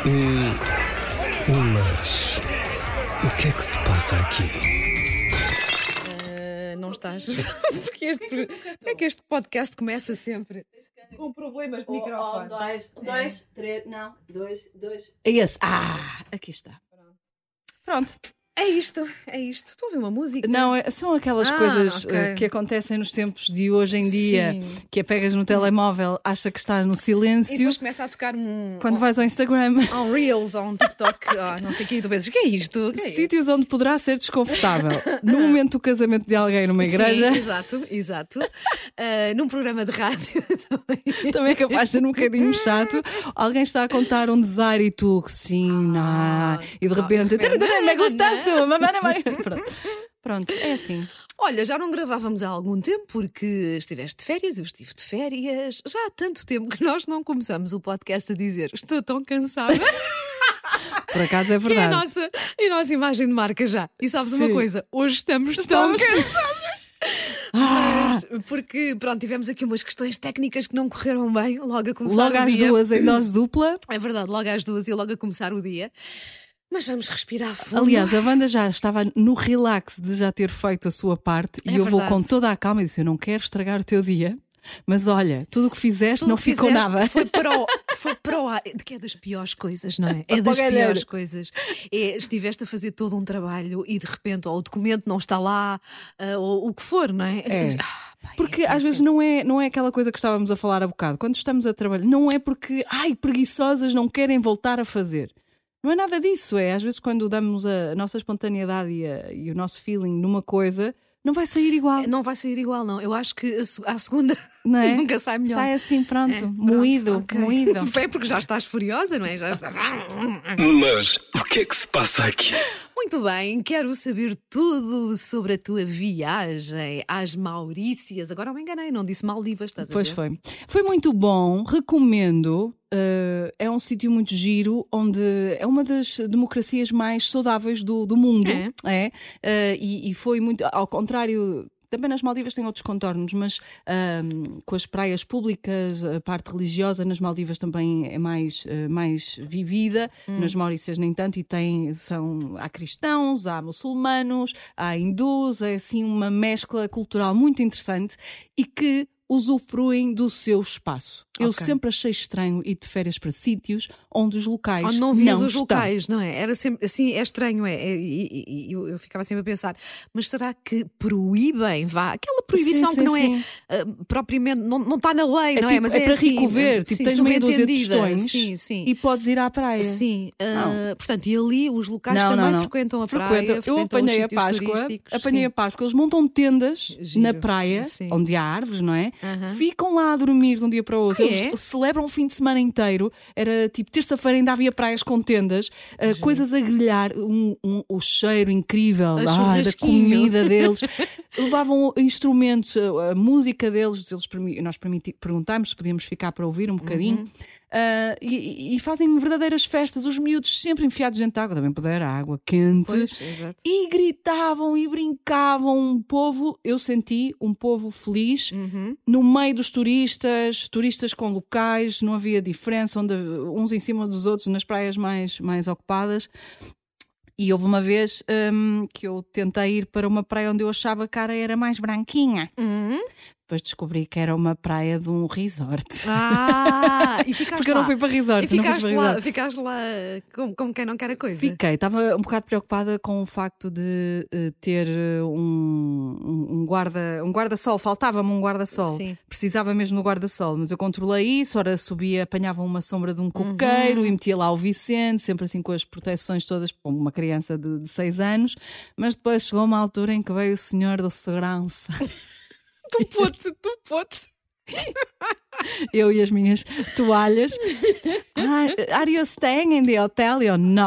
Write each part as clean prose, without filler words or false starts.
Mas o que é que se passa aqui? Não estás. Porque é que este podcast começa sempre com problemas de microfone? Dois, três, não, dois. É esse. Aqui está. Pronto. É isto. Estou a ouvir uma música. Não, são aquelas coisas ok. que acontecem nos tempos de hoje em dia, Sim. que é pegas no telemóvel, acha que estás no E silêncio, depois começa a tocar quando vais ao Instagram. a um Reels, a um TikTok, não sei o que, e tu pensas, o que é isto? Sítios onde poderá ser desconfortável. No momento do casamento de alguém numa igreja, Sim, exato. Num programa de rádio também. também é capaz de ser um bocadinho chato. Alguém está a contar um desaire e tu, sim, não. E de repente, me gostaste, mamãe. Pronto, é assim. Olha, já não gravávamos há algum tempo porque estiveste de férias, eu estive de férias. Já há tanto tempo que nós não começamos o podcast a dizer estou tão cansada. Por acaso é É verdade. a nossa imagem de marca já. E sabes uma Sim. coisa? Hoje estamos tão cansadas. Mas, porque, pronto, tivemos aqui umas questões técnicas que não correram bem logo a começar Logo o às dia. 2 em dose dupla. É verdade, logo às 2 e logo a começar o dia. Mas vamos respirar fundo. Aliás, a Wanda já estava no relax de já ter feito a sua parte É e eu vou verdade. com toda a calma e disse: eu não quero estragar o teu dia, mas olha, tudo o que fizeste Tudo não que ficou fizeste nada. Foi para o ar. Que é das piores coisas, não é? É Para o das galheiro. piores coisas. Estiveste a fazer todo um trabalho e de repente ou o documento não está lá, ou o que for, não é? É. Pá, Porque é às vezes não é aquela coisa que estávamos a falar há bocado. Quando estamos a trabalhar, não é porque preguiçosas não querem voltar a fazer. Não é nada disso, é às vezes quando damos a nossa espontaneidade e o nosso feeling numa coisa, não vai sair igual, Não vai sair igual, não. Eu acho que a segunda não é? nunca sai melhor. Sai assim, pronto, Pronto, moído, ok. moído. É porque já estás furiosa, não é? Já estás... Mas o que é que se passa aqui? Muito bem, quero saber tudo sobre a tua viagem às Maurícias. Agora eu me enganei, não disse Maldivas, estás a ver? Pois foi. Foi muito bom, recomendo. É um sítio muito giro, onde é uma das democracias mais saudáveis do mundo. E foi muito, ao contrário. Também nas Maldivas tem outros contornos, mas com as praias públicas, a parte religiosa nas Maldivas também é mais vivida, nas Maurícias nem tanto, e há cristãos, há muçulmanos, há hindus, é assim uma mescla cultural muito interessante e que usufruem do seu espaço. Eu Ok. sempre achei estranho ir de férias para sítios onde os locais Onde não vias os estão. locais, não é? Era sempre assim, é estranho, e eu ficava sempre a pensar, mas será que proíbem? Aquela proibição Sim, que não sim. é propriamente, não está na lei, não é? Tipo, Mas para assim, rico ver, tipo, sim, tens meia dúzia de subentendida. questões Sim. e podes ir à praia. Sim, portanto, e ali os locais Não, também não. frequentam a Frequentam. praia. Eu frequentam os apanhei a sítios Páscoa, turísticos. eles montam tendas Giro. na praia, Sim. onde há árvores, não é? Aham. Ficam lá a dormir de um dia para o outro. Ah, Eles é? celebram o fim de semana inteiro. Era tipo terça-feira, ainda havia praias com tendas, coisas a grelhar, o cheiro incrível da churrasquinho. comida deles. Levavam instrumentos, a música deles, nós perguntámos se podíamos ficar para ouvir um bocadinho. Uhum. E fazem verdadeiras festas, os miúdos sempre enfiados dentro de água, também puder, água quente, Pois, exato. e gritavam e brincavam. Eu senti um povo feliz no meio dos turistas com locais, não havia diferença, uns em cima dos outros nas praias mais ocupadas. E houve uma vez que eu tentei ir para uma praia onde eu achava que a areia era mais branquinha. Depois descobri que era uma praia de um resort. E ficaste Porque eu não fui para resort. E não fui para resort. ficaste lá como quem não quer a coisa. Fiquei, estava um bocado preocupada com o facto de ter um guarda-sol, faltava-me um guarda-sol, Sim. precisava mesmo do guarda-sol, mas eu controlei isso, ora subia, apanhava uma sombra de um coqueiro e metia lá o Vicente, sempre assim com as proteções todas, como uma criança de 6 anos, mas depois chegou uma altura em que veio o senhor da segurança. Tu pote. Eu e as minhas toalhas. Are you staying in the hotel? Eu, não.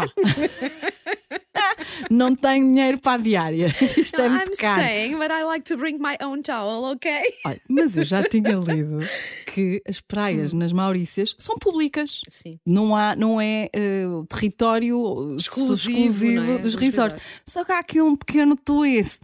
Não tenho dinheiro para a diária. Isto é muito I'm caro. staying, but I like to bring my own towel, ok? Olha, mas eu já tinha lido que as praias nas Maurícias são públicas. Sim. Não é o território exclusivo não é? dos Dos resorts. Só que há aqui um pequeno twist.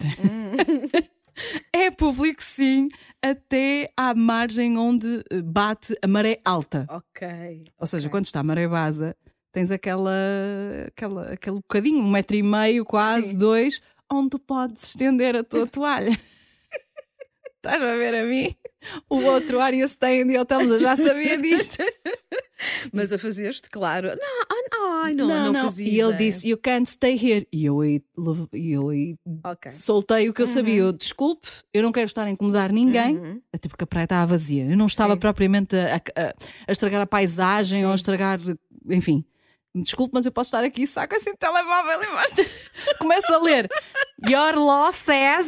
É público, sim, até à margem onde bate a maré alta. Ok. Ou seja, quando está a maré baixa, tens aquele bocadinho, 1,5 metro quase, Sim. 2, onde tu podes estender a tua toalha. Estás a ver a mim? O outro Arya Stay in the Hotel, eu já sabia disto. Mas a fazer-te, claro. Não fazia. E ele disse, you can't stay here. E eu aí Ok. soltei o que eu sabia. Eu, desculpe, eu não quero estar a incomodar ninguém, até porque a praia estava vazia. Eu não estava Sim. propriamente a estragar a paisagem ou a estragar, enfim. Desculpe, mas eu posso estar aqui, saco assim o telemóvel e mostro. Começo a ler Your law says.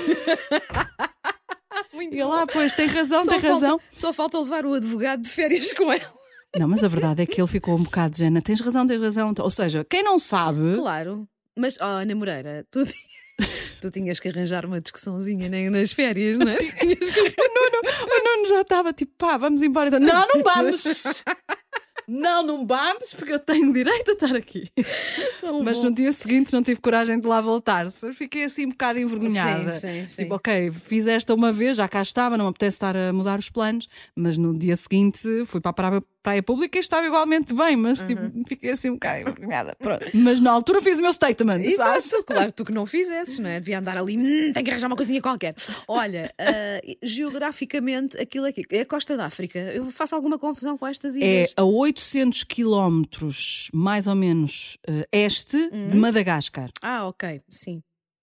Muito E lá, pois, tem razão. Só falta levar o advogado de férias com ela. Não, mas a verdade é que ele ficou um bocado de género. Tens razão. Ou seja, quem não sabe. Claro. Mas, Ana Moreira, tu tinhas que arranjar uma discussãozinha nas férias, não é? O Nuno já estava tipo, pá, vamos embora. Então, não vamos. Não vamos, porque eu tenho direito a estar aqui. Mas no dia seguinte não tive coragem de lá voltar. Fiquei assim um bocado envergonhada. Sim. Tipo, ok, fiz esta uma vez, já cá estava, não me apetece estar a mudar os planos. Mas no dia seguinte fui para a praia pública e estava igualmente bem. Mas tipo, fiquei assim um bocado envergonhada. Pronto. Mas na altura fiz o meu statement. Exato, claro, tu que não fizesses, não é? Devia andar ali, tem que arranjar uma coisinha qualquer. Olha, geograficamente, aquilo aqui é a costa da África. Eu faço alguma confusão com estas É ilhas. a 800 quilómetros, mais ou menos, este de Madagascar. Ok, sim.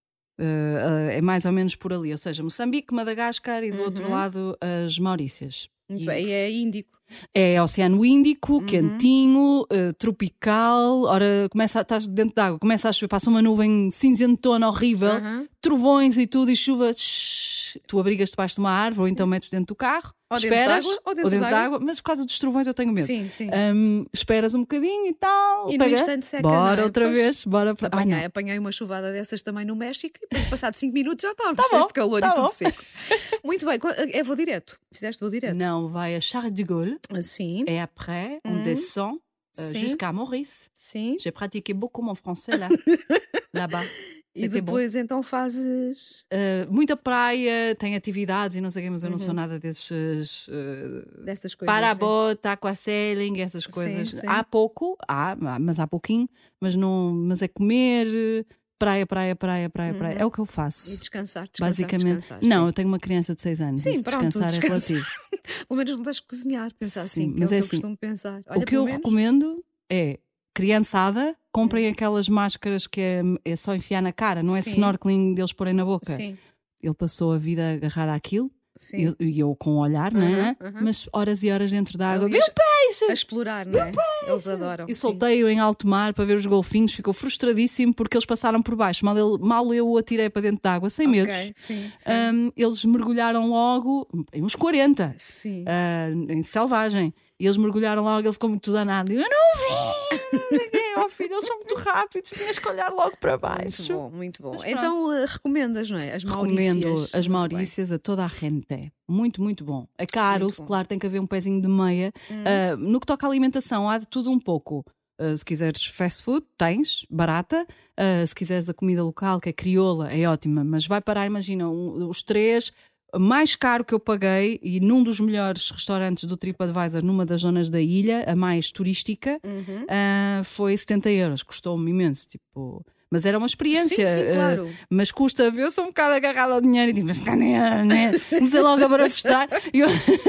É mais ou menos por ali. Ou seja, Moçambique, Madagascar e do outro lado as Maurícias. Muito bem, é Índico. É Oceano Índico, quentinho, tropical. Ora, estás dentro de água, começa a chover, passa uma nuvem cinzentona horrível, trovões e tudo, e chuva. Tu abrigas-te debaixo de uma árvore ou então metes dentro do carro, Ou dentro esperas, de água, ou dentro de água, mas por causa dos trovões eu tenho medo. Sim. Esperas um bocadinho e tal. E no instante seca, bora não é? outra Depois vez, bora para. Apanhei uma chuvada dessas também no México e depois, passado 5 minutos, já estava Tá cheios bom, de calor tá e tudo bom. seco. Muito bem, é voo direto. Fizeste voo direto? Não, vai a Charles de Gaulle Sim, et après on descend Sim. jusqu'à Maurice. sim. J'ai pratiqué beaucoup mon français là-bas. E C'était bom. depois então fazes Muita praia, tem atividades e não sei o quê, mas eu não sou nada desses dessas coisas. parabota, aquasailing, essas coisas. sim. Há pouco, mas há pouquinho, mas é comer, praia. É o que eu E faço. descansar. Basicamente, descansar, não, sim. eu tenho uma criança de 6 anos. Sim, Isso pronto, descansar é descansar. relativo. Pelo menos não tens que cozinhar, pensar Sim, assim, que mas é o é que eu assim, costumo pensar. O que eu recomendo é, criançada, comprem aquelas máscaras que é só enfiar na cara, não é Sim. snorkeling deles porem na boca. Sim, Ele passou a vida agarrado àquilo, sim. e eu com o olhar, não é? Mas horas e horas dentro da água. Ali Viu peixe! a explorar, não é? Eles adoram. E sim. soltei-o em alto mar para ver os golfinhos, ficou frustradíssimo porque eles passaram por baixo. Mal eu o atirei para dentro da água, sem Ok, medos. sim. Eles mergulharam logo, em uns 40, Sim. em selvagem. E eles mergulharam logo, ele ficou muito danado. Eu não vi! Oh filho, eles são muito rápidos, tinhas que olhar logo para baixo. Muito bom. Mas pronto. Então recomendas, não é? As Maurícias. Recomendo as Muito Maurícias a toda a gente. Muito, muito bom. É caro, Muito bom. claro, tem que haver um pezinho de meia. No que toca à alimentação, há de tudo um pouco. Se quiseres fast food, tens, barata. Se quiseres a comida local, que é crioula, é ótima. Mas vai parar, imagina, os 3. Mais caro que eu paguei, e num dos melhores restaurantes do TripAdvisor, numa das zonas da ilha, a mais turística, foi 70 euros. Custou-me imenso, tipo. Mas era uma experiência. Sim, claro. Mas custa, eu sou um bocado agarrada ao dinheiro e digo, mas né? Comecei logo a barafustar. E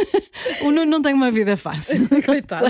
o Nuno não tem uma vida fácil. Coitado.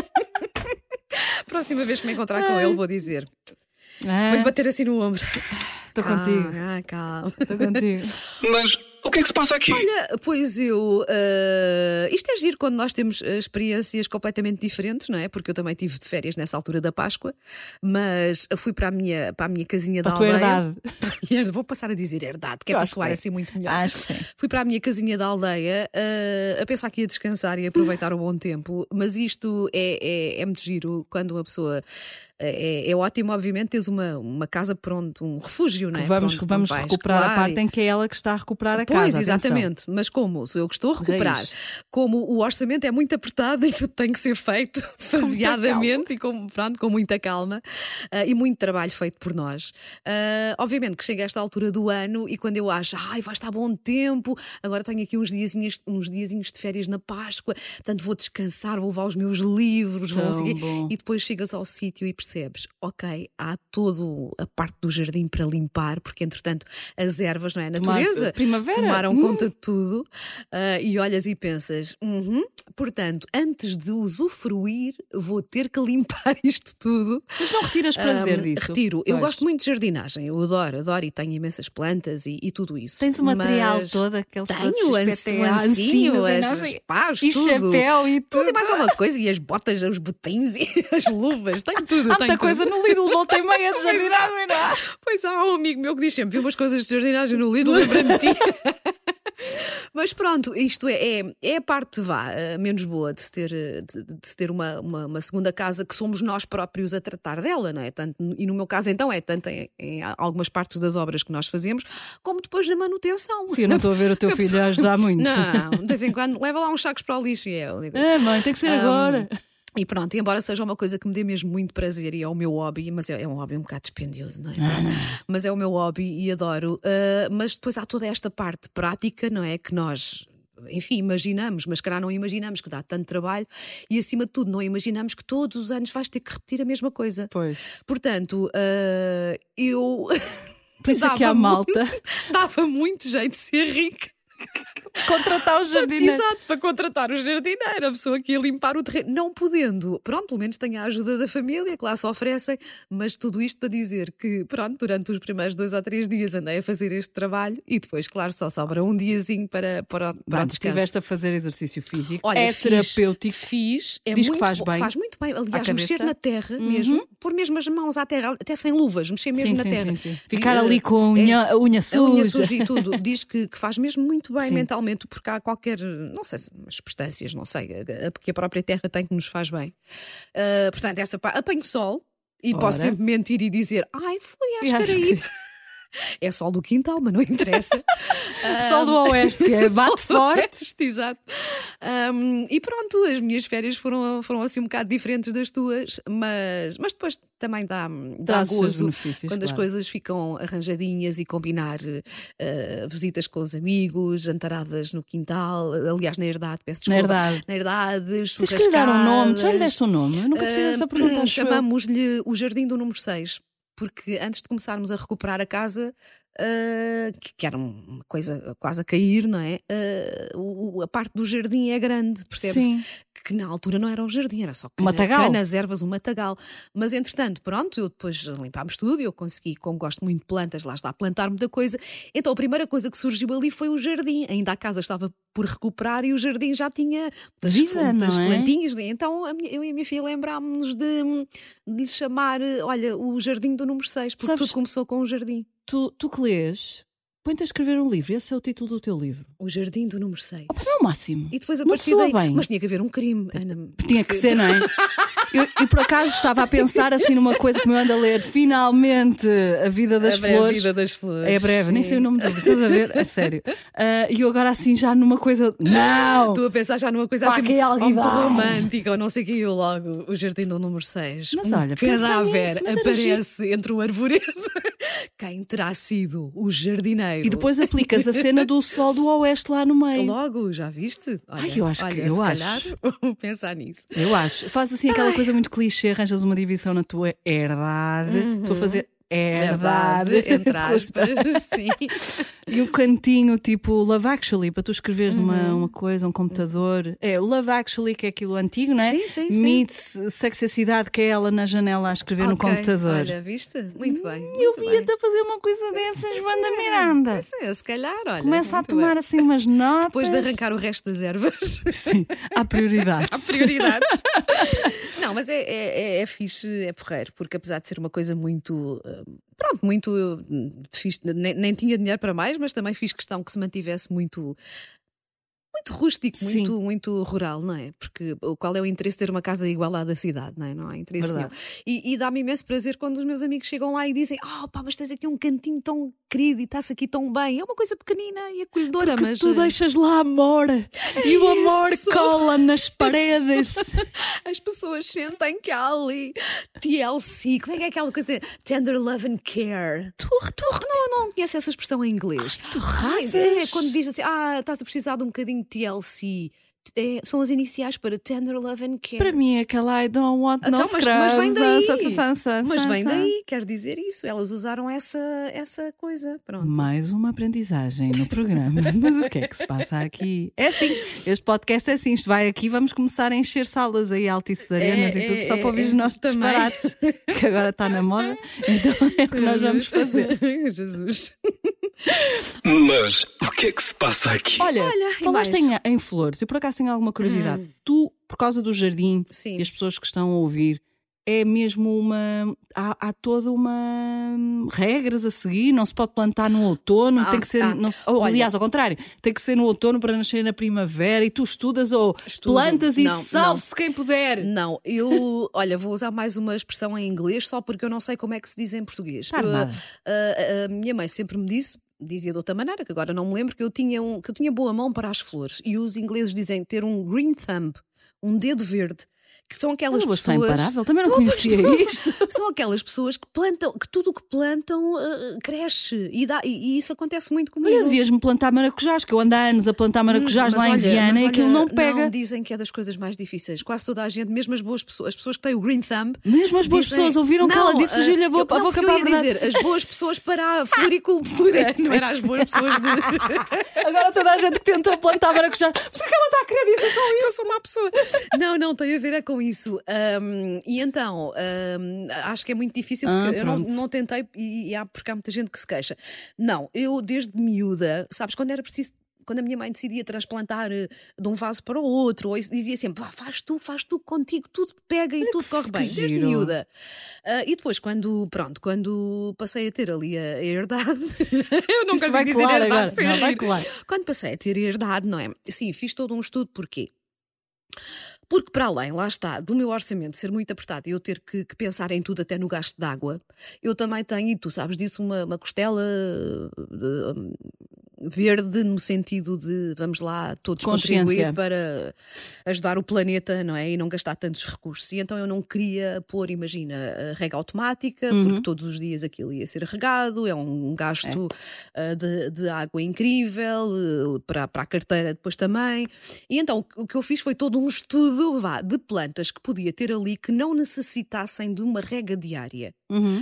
Próxima vez que me encontrar com ele, vou dizer. Vou-lhe bater assim no ombro. Estou contigo. Calma. Estou contigo. Mas o que é que se passa aqui? Olha, pois eu. Isto é giro quando nós temos experiências completamente diferentes, não é? Porque eu também estive de férias nessa altura da Páscoa, mas fui para a minha casinha da Para a tua aldeia. herdade. Vou passar a dizer herdade, que é Eu para acho que soar sim. assim muito melhor. Acho que sim. Fui para a minha casinha da aldeia a pensar que ia descansar e aproveitar o bom tempo, mas isto é muito giro quando uma pessoa. É ótimo, obviamente, teres uma casa pronto, um refúgio, não é? Vamos Pronto, onde vais recuperar a colar parte em que é ela que está a recuperar a casa. Pois, exatamente. Mas como sou eu que estou a recuperar, como o orçamento é muito apertado e tudo tem que ser feito faseadamente e com muita calma e muito trabalho feito por nós. Obviamente que chega a esta altura do ano e quando eu acho, vai estar bom tempo, agora tenho aqui uns diazinhos de férias na Páscoa, portanto vou descansar, vou levar os meus livros, e depois chegas ao sítio e percebes, ok, há toda a parte do jardim para limpar, porque entretanto as ervas, não é? A natureza tomaram conta de tudo e olhas e pensas, portanto, antes de usufruir, vou ter que limpar isto tudo. Mas não retiras prazer disso? Retiro. Eu gosto muito de jardinagem, eu adoro e tenho imensas plantas e tudo isso. Tens o material todo, aqueles tenho ancinho, as pás, e tudo. Chapéu e tudo. E mais alguma coisa, e as botas, os botins e as luvas, tenho tudo. Há muita coisa no Lidl, volta e meia de jardinagem, não é? Pois há um amigo meu que diz sempre: vi umas coisas de jardinagem no Lidl, lembrei-me de ti. Mas pronto, isto é a parte menos boa de se ter uma segunda casa que somos nós próprios a tratar dela, não é? E no meu caso então tanto em algumas partes das obras que nós fazemos, como depois na manutenção. Sim, eu não estou a ver o teu filho a ajudar muito. Não, de vez em quando leva lá uns sacos para o lixo e eu digo, mãe, tem que ser agora. E pronto, embora seja uma coisa que me dê mesmo muito prazer e é o meu hobby, mas é um hobby um bocado dispendioso, não é? Mas é o meu hobby e adoro. Mas depois há toda esta parte prática, não é? Que nós, enfim, imaginamos, mas calhar não imaginamos que dá tanto trabalho e acima de tudo não imaginamos que todos os anos vais ter que repetir a mesma coisa. Pois. Portanto, eu... Por isso é que há malta. Dava muito jeito de ser rica. Contratar o jardineiro. Exato, para contratar o jardineiro, a pessoa que ia limpar o terreno, não podendo, pronto, pelo menos tem a ajuda da família que lá se oferecem, mas tudo isto para dizer que, pronto, durante os primeiros 2 ou 3 dias andei a fazer este trabalho e depois, claro, só sobra um diazinho para o descanso. Estiveste a fazer exercício físico. Olha, terapêutico. Diz muito, que faz bem. Faz muito bem. Aliás, mexer na terra mesmo, pôr mesmo as mãos à terra, até sem luvas, mexer mesmo na terra. Sim. Ficar ali com a unha suja. A unha suja e tudo. Diz que faz mesmo muito bem mentalmente, porque há qualquer, não sei, substâncias, não sei, porque a própria terra tem que nos faz bem. Portanto, essa parte, apanho sol e posso sempre mentir e dizer, fui às Caraíbas. É sol do quintal, mas não interessa. Sol do oeste, que bate forte. Exato. E pronto, as minhas férias foram assim um bocado diferentes das tuas, mas depois também dá gozo quando as coisas ficam arranjadinhas e combinar visitas com os amigos, jantaradas no quintal, aliás, na herdade, peço desculpa. Na herdade, churrascadas. Tens que lhe dar um nome, já lhe deste um nome? Eu nunca te fiz essa pergunta. Chamamos-lhe o Jardim do Número 6. Porque antes de começarmos a recuperar a casa, que era uma coisa quase a cair, não é? A parte do jardim é grande, percebes? Sim. Que na altura não era um jardim, era só canas, ervas, um matagal. Mas entretanto, pronto, eu depois limpámos tudo, eu consegui, como gosto muito de plantas, lá está, plantar muita coisa. Então a primeira coisa que surgiu ali foi o jardim. Ainda a casa estava por recuperar e o jardim já tinha muitas plantinhas. Então eu e a minha filha lembrámos-nos de lhe chamar, olha, o Jardim do Número 6, porque tudo começou com o jardim. Tu que lês, põe-te a escrever um livro, esse é o título do teu livro. O Jardim do Número 6. É o máximo. E depois a partir daí. Mas tinha que haver um crime, Ana. Tinha que ser, não é? Eu por acaso estava a pensar assim numa coisa que me ando a ler, finalmente, A Vida das Flores. A Vida das Flores. É breve, nem sei o nome dele, estás a ver? A sério. E eu agora assim já numa coisa. Não! Estou a pensar já numa coisa assim muito romântica ou não sei o que, eu logo, o Jardim do Número 6. Mas olha, cadáver aparece entre o arvoredo. Quem terá sido o jardineiro? E depois aplicas a cena do sol do oeste lá no meio. Logo, já viste? Olha, eu acho. calhar vou pensar nisso. Eu acho. Faz assim aquela coisa muito clichê, arranjas uma divisão na tua herdade. Estou a fazer herdade, entre aspas, sim. E o cantinho tipo Love Actually, para tu escreveres uma coisa, um computador. É o Love Actually, que é aquilo antigo, não é? Sim. Meets Sexacidade, que é ela na janela a escrever no computador. Olha, viste? Muito bem. Eu via-te a fazer uma coisa dessas, Wanda Miranda. Se calhar, olha. Começa a tomar assim umas notas. Depois de arrancar o resto das ervas. Sim, há prioridades. Não, mas é fixe, é porreiro, porque apesar de ser uma coisa muito. Muito fixe, nem tinha dinheiro para mais, mas também fiz questão que se mantivesse muito muito rústico, Sim. muito rural, não é? Porque qual é o interesse de ter uma casa igual à da cidade, não é? Não há interesse nenhum. E dá-me imenso prazer quando os meus amigos chegam lá e dizem: oh pá, mas tens aqui um cantinho tão querido e está-se aqui tão bem. É uma coisa pequenina e acolhedora, Porque mas tu deixas lá amor e o amor cola nas paredes. as pessoas sentem que há ali TLC, como é que é aquela coisa? Tender Love and Care. Tu não conheces essa expressão em inglês? Tu arrasas. É quando diz assim: estás a precisar de um bocadinho de TLC. São as iniciais para Tender Love and Care. Para mim é aquela I don't want no Então, scrubs. mas vem daí. Mas vem Sansa. daí, quer dizer isso. Elas usaram essa coisa. Pronto. Mais uma aprendizagem no programa. Mas o que é que se passa aqui? É assim, este podcast é assim. Isto vai aqui, vamos começar a encher salas aí, Altices Arenas e tudo, só para ouvir os nossos disparates, que agora está na moda. Então é o que nós vamos fazer. Jesus. Mas o que é que se passa aqui? Olha, e falaste mais? em flores. Eu por acaso tenho alguma curiosidade. Tu, por causa do jardim Sim. e as pessoas que estão a ouvir, é mesmo uma. Há toda uma. Regras a seguir. Não se pode plantar no outono, tem que ser. Aliás, ao contrário, tem que ser no outono para nascer na primavera. E tu estudas ou plantas e salve-se quem puder. Não, olha, vou usar mais uma expressão em inglês só porque eu não sei como é que se diz em português. A minha mãe sempre me dizia de outra maneira, que agora não me lembro, que eu tinha boa mão para as flores. E os ingleses dizem ter um green thumb, um dedo verde. Que são aquelas pessoas. Está imparável, também não conhecia isto. São aquelas pessoas que plantam, que tudo o que plantam cresce e isso acontece muito comigo. Olha, devias-me plantar maracujás, que eu ando há anos a plantar maracujás lá em Viana e aquilo não pega. Não, dizem que é das coisas mais difíceis. Quase toda a gente, mesmo as boas pessoas, as pessoas que têm o green thumb. Mesmo as boas pessoas ouviram que ela disse, fugiu-lhe a boca para a verdade. Dizer, as boas pessoas para a floricultura, não era as boas pessoas de. Agora toda a gente que tentou plantar maracujás, mas o que ela está a querer dizer com isso? Eu sou má pessoa. Não, tem a ver com isso. E então, acho que é muito difícil porque eu não tentei porque há muita gente que se queixa. Não, eu desde miúda, sabes, quando era preciso. Quando a minha mãe decidia transplantar de um vaso para o outro, ou dizia sempre: faz tu contigo, tudo pega e tudo corre bem, desde miúda. E depois, quando passei a ter ali a herdade, eu não consigo dizer herdade sem rir. Quando passei a ter a herdade, não é? Sim, fiz todo um estudo, porquê? Porque para além, lá está, do meu orçamento ser muito apertado e eu ter que pensar em tudo, até no gasto de água, eu também tenho, e tu sabes disso, uma costela verde no sentido de vamos lá todos contribuir para ajudar o planeta, não é? E não gastar tantos recursos. E então eu não queria pôr, imagina, a rega automática, porque todos os dias aquilo ia ser regado, é um gasto de água incrível, para a carteira depois também. E então o que eu fiz foi todo um estudo de plantas que podia ter ali que não necessitassem de uma rega diária.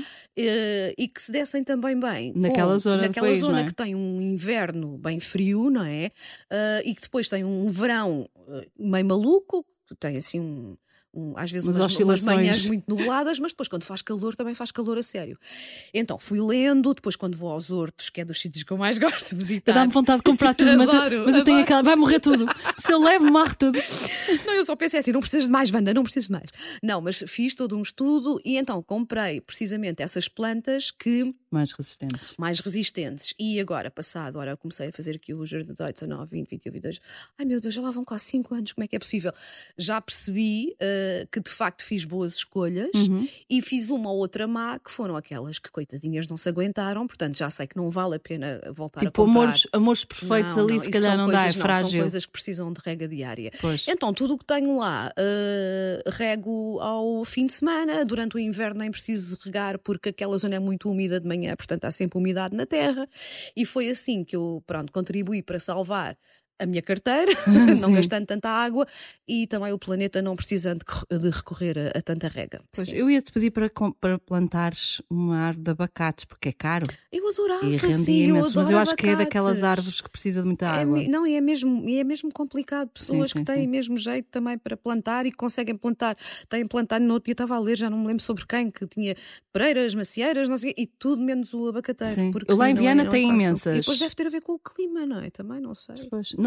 E que se dessem também bem naquela zona não é? Que tem um inverno bem frio, não é? E que depois tem um verão meio maluco, que tem assim às vezes umas manhãs muito nubladas, mas depois quando faz calor também faz calor a sério. Então fui lendo, depois quando vou aos hortos, que é dos sítios que eu mais gosto de visitar, dá-me vontade de comprar tudo, mas eu tenho aquela, vai morrer tudo, se eu levo, morre tudo. Não, eu só pensei assim, não precisas de mais, Wanda, não precisas de mais. Não, mas fiz todo um estudo e então comprei precisamente essas plantas que mais resistentes. E agora, comecei a fazer aqui o jardim de 19, 20, 21, 22. Ai meu Deus, já lá vão quase 5 anos, como é que é possível? Já percebi que de facto fiz boas escolhas e fiz uma ou outra má, que foram aquelas que coitadinhas não se aguentaram, portanto já sei que não vale a pena voltar a comprar. Amores perfeitos ali, se calhar não dá, é frágil. São coisas que precisam de rega diária. Pois. Então tudo o que tenho lá rego ao fim de semana, durante o inverno nem preciso regar porque aquela zona é muito úmida de manhã, portanto há sempre umidade na terra, e foi assim que eu contribuí para salvar a minha carteira, não gastando tanta água e também o planeta não precisando de recorrer a tanta rega. Pois, eu ia-te pedir para plantares uma árvore de abacates, porque é caro. Eu adorava, e rendia imenso, mas eu acho que é daquelas árvores que precisa de muita água. E é mesmo complicado. Pessoas que têm mesmo jeito também para plantar e que conseguem plantar. Têm plantado, no outro dia estava a ler, já não me lembro sobre quem, que tinha pereiras, macieiras, não sei, e tudo menos o abacateiro. Eu lá em Viana tenho imensas. E depois deve ter a ver com o clima, não é? Também não sei. Pois,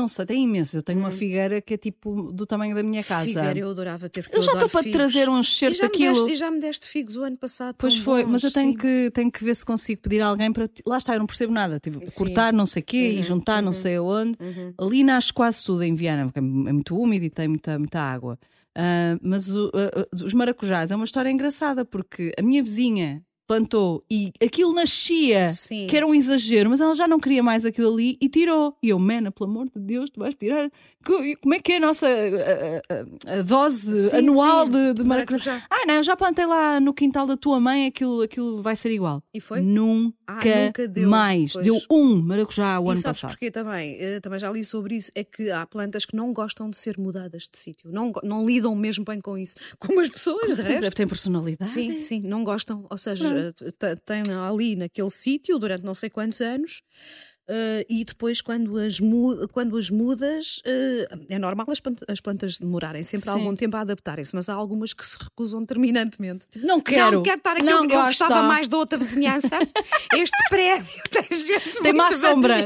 Não sei, tem imenso. Eu tenho uma figueira que é tipo do tamanho da minha casa. Figueira eu adorava ter. Eu já estou para te trazer um excerto daquilo. E já me deste figos o ano passado. Pois foi, mas eu tenho que ver se consigo pedir a alguém para. Lá está, eu não percebo nada. Tive cortar não sei o quê e juntar não sei aonde. Ali nasce quase tudo em Viana, porque é muito úmido e tem muita água. Mas os maracujás é uma história engraçada, porque a minha vizinha plantou e aquilo nascia, que era um exagero, mas ela já não queria mais aquilo ali e tirou. E eu, Mena, pelo amor de Deus, tu vais tirar. Como é que é a nossa a dose anual de maracujá? Não, já plantei lá no quintal da tua mãe, aquilo vai ser igual. E foi? Nunca deu mais. Pois. Deu um maracujá o ano passado. E sabes porquê também? Também já li sobre isso. É que há plantas que não gostam de ser mudadas de sítio. Não lidam mesmo bem com isso. Como as pessoas, de resto. Têm personalidade. Sim, não gostam. Ou seja, têm ali naquele sítio durante não sei quantos anos. E depois quando as mudas é normal as plantas demorarem sempre algum tempo a adaptarem-se, mas há algumas que se recusam terminantemente. Não quero estar aqui. Eu gostava mais da outra vizinhança. Este prédio tem má sombra.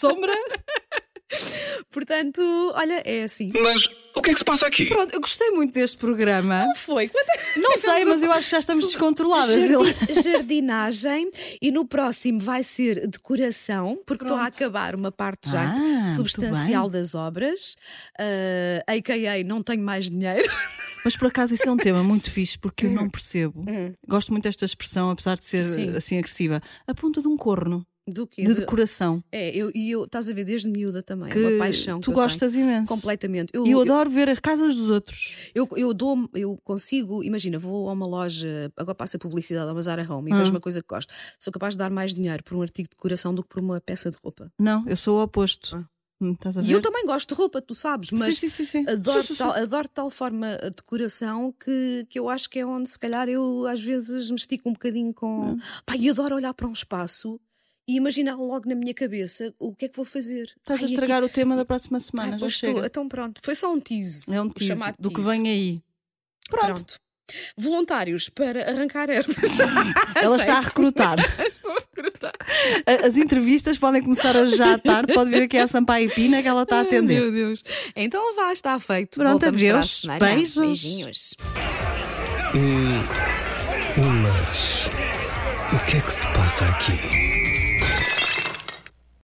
Portanto, olha, é assim. Mas o que é que se passa aqui? Pronto, eu gostei muito deste programa. Não foi? Não sei, mas eu acho que já estamos descontroladas. Jardinagem, e no próximo vai ser decoração, porque estou a acabar uma parte já substancial das obras. A.k.a. não tenho mais dinheiro. Mas por acaso isso é um tema muito fixe, porque eu não percebo. Gosto muito desta expressão, apesar de ser assim agressiva. A ponta de um corno. Do quê? De decoração. Eu estás a ver desde miúda também, é uma paixão. Tu gostas imenso. Completamente. Eu adoro ver as casas dos outros. Eu consigo, imagina, vou a uma loja, agora passa publicidade a uma Zara Home e vejo uma coisa que gosto. Sou capaz de dar mais dinheiro por um artigo de decoração do que por uma peça de roupa. Não, eu sou o oposto. Estás a ver? E eu também gosto de roupa, tu sabes, mas sim. Adoro de tal forma a decoração que eu acho que é onde se calhar eu às vezes me estico um bocadinho com. E adoro olhar para um espaço e imaginar logo na minha cabeça o que é que vou fazer. Estás a estragar o tema da próxima semana, já chega. Então pronto, foi só um tease. É um tease do que vem aí. Pronto. Voluntários para arrancar ervas. Ela está a recrutar. Estou a recrutar. As entrevistas podem começar já à tarde. Pode vir aqui à Sampaio Pina que ela está a atender. Meu Deus. Então vá, está feito. Pronto, adeus. Beijos. Beijinhos. Mas o que é que se passa aqui?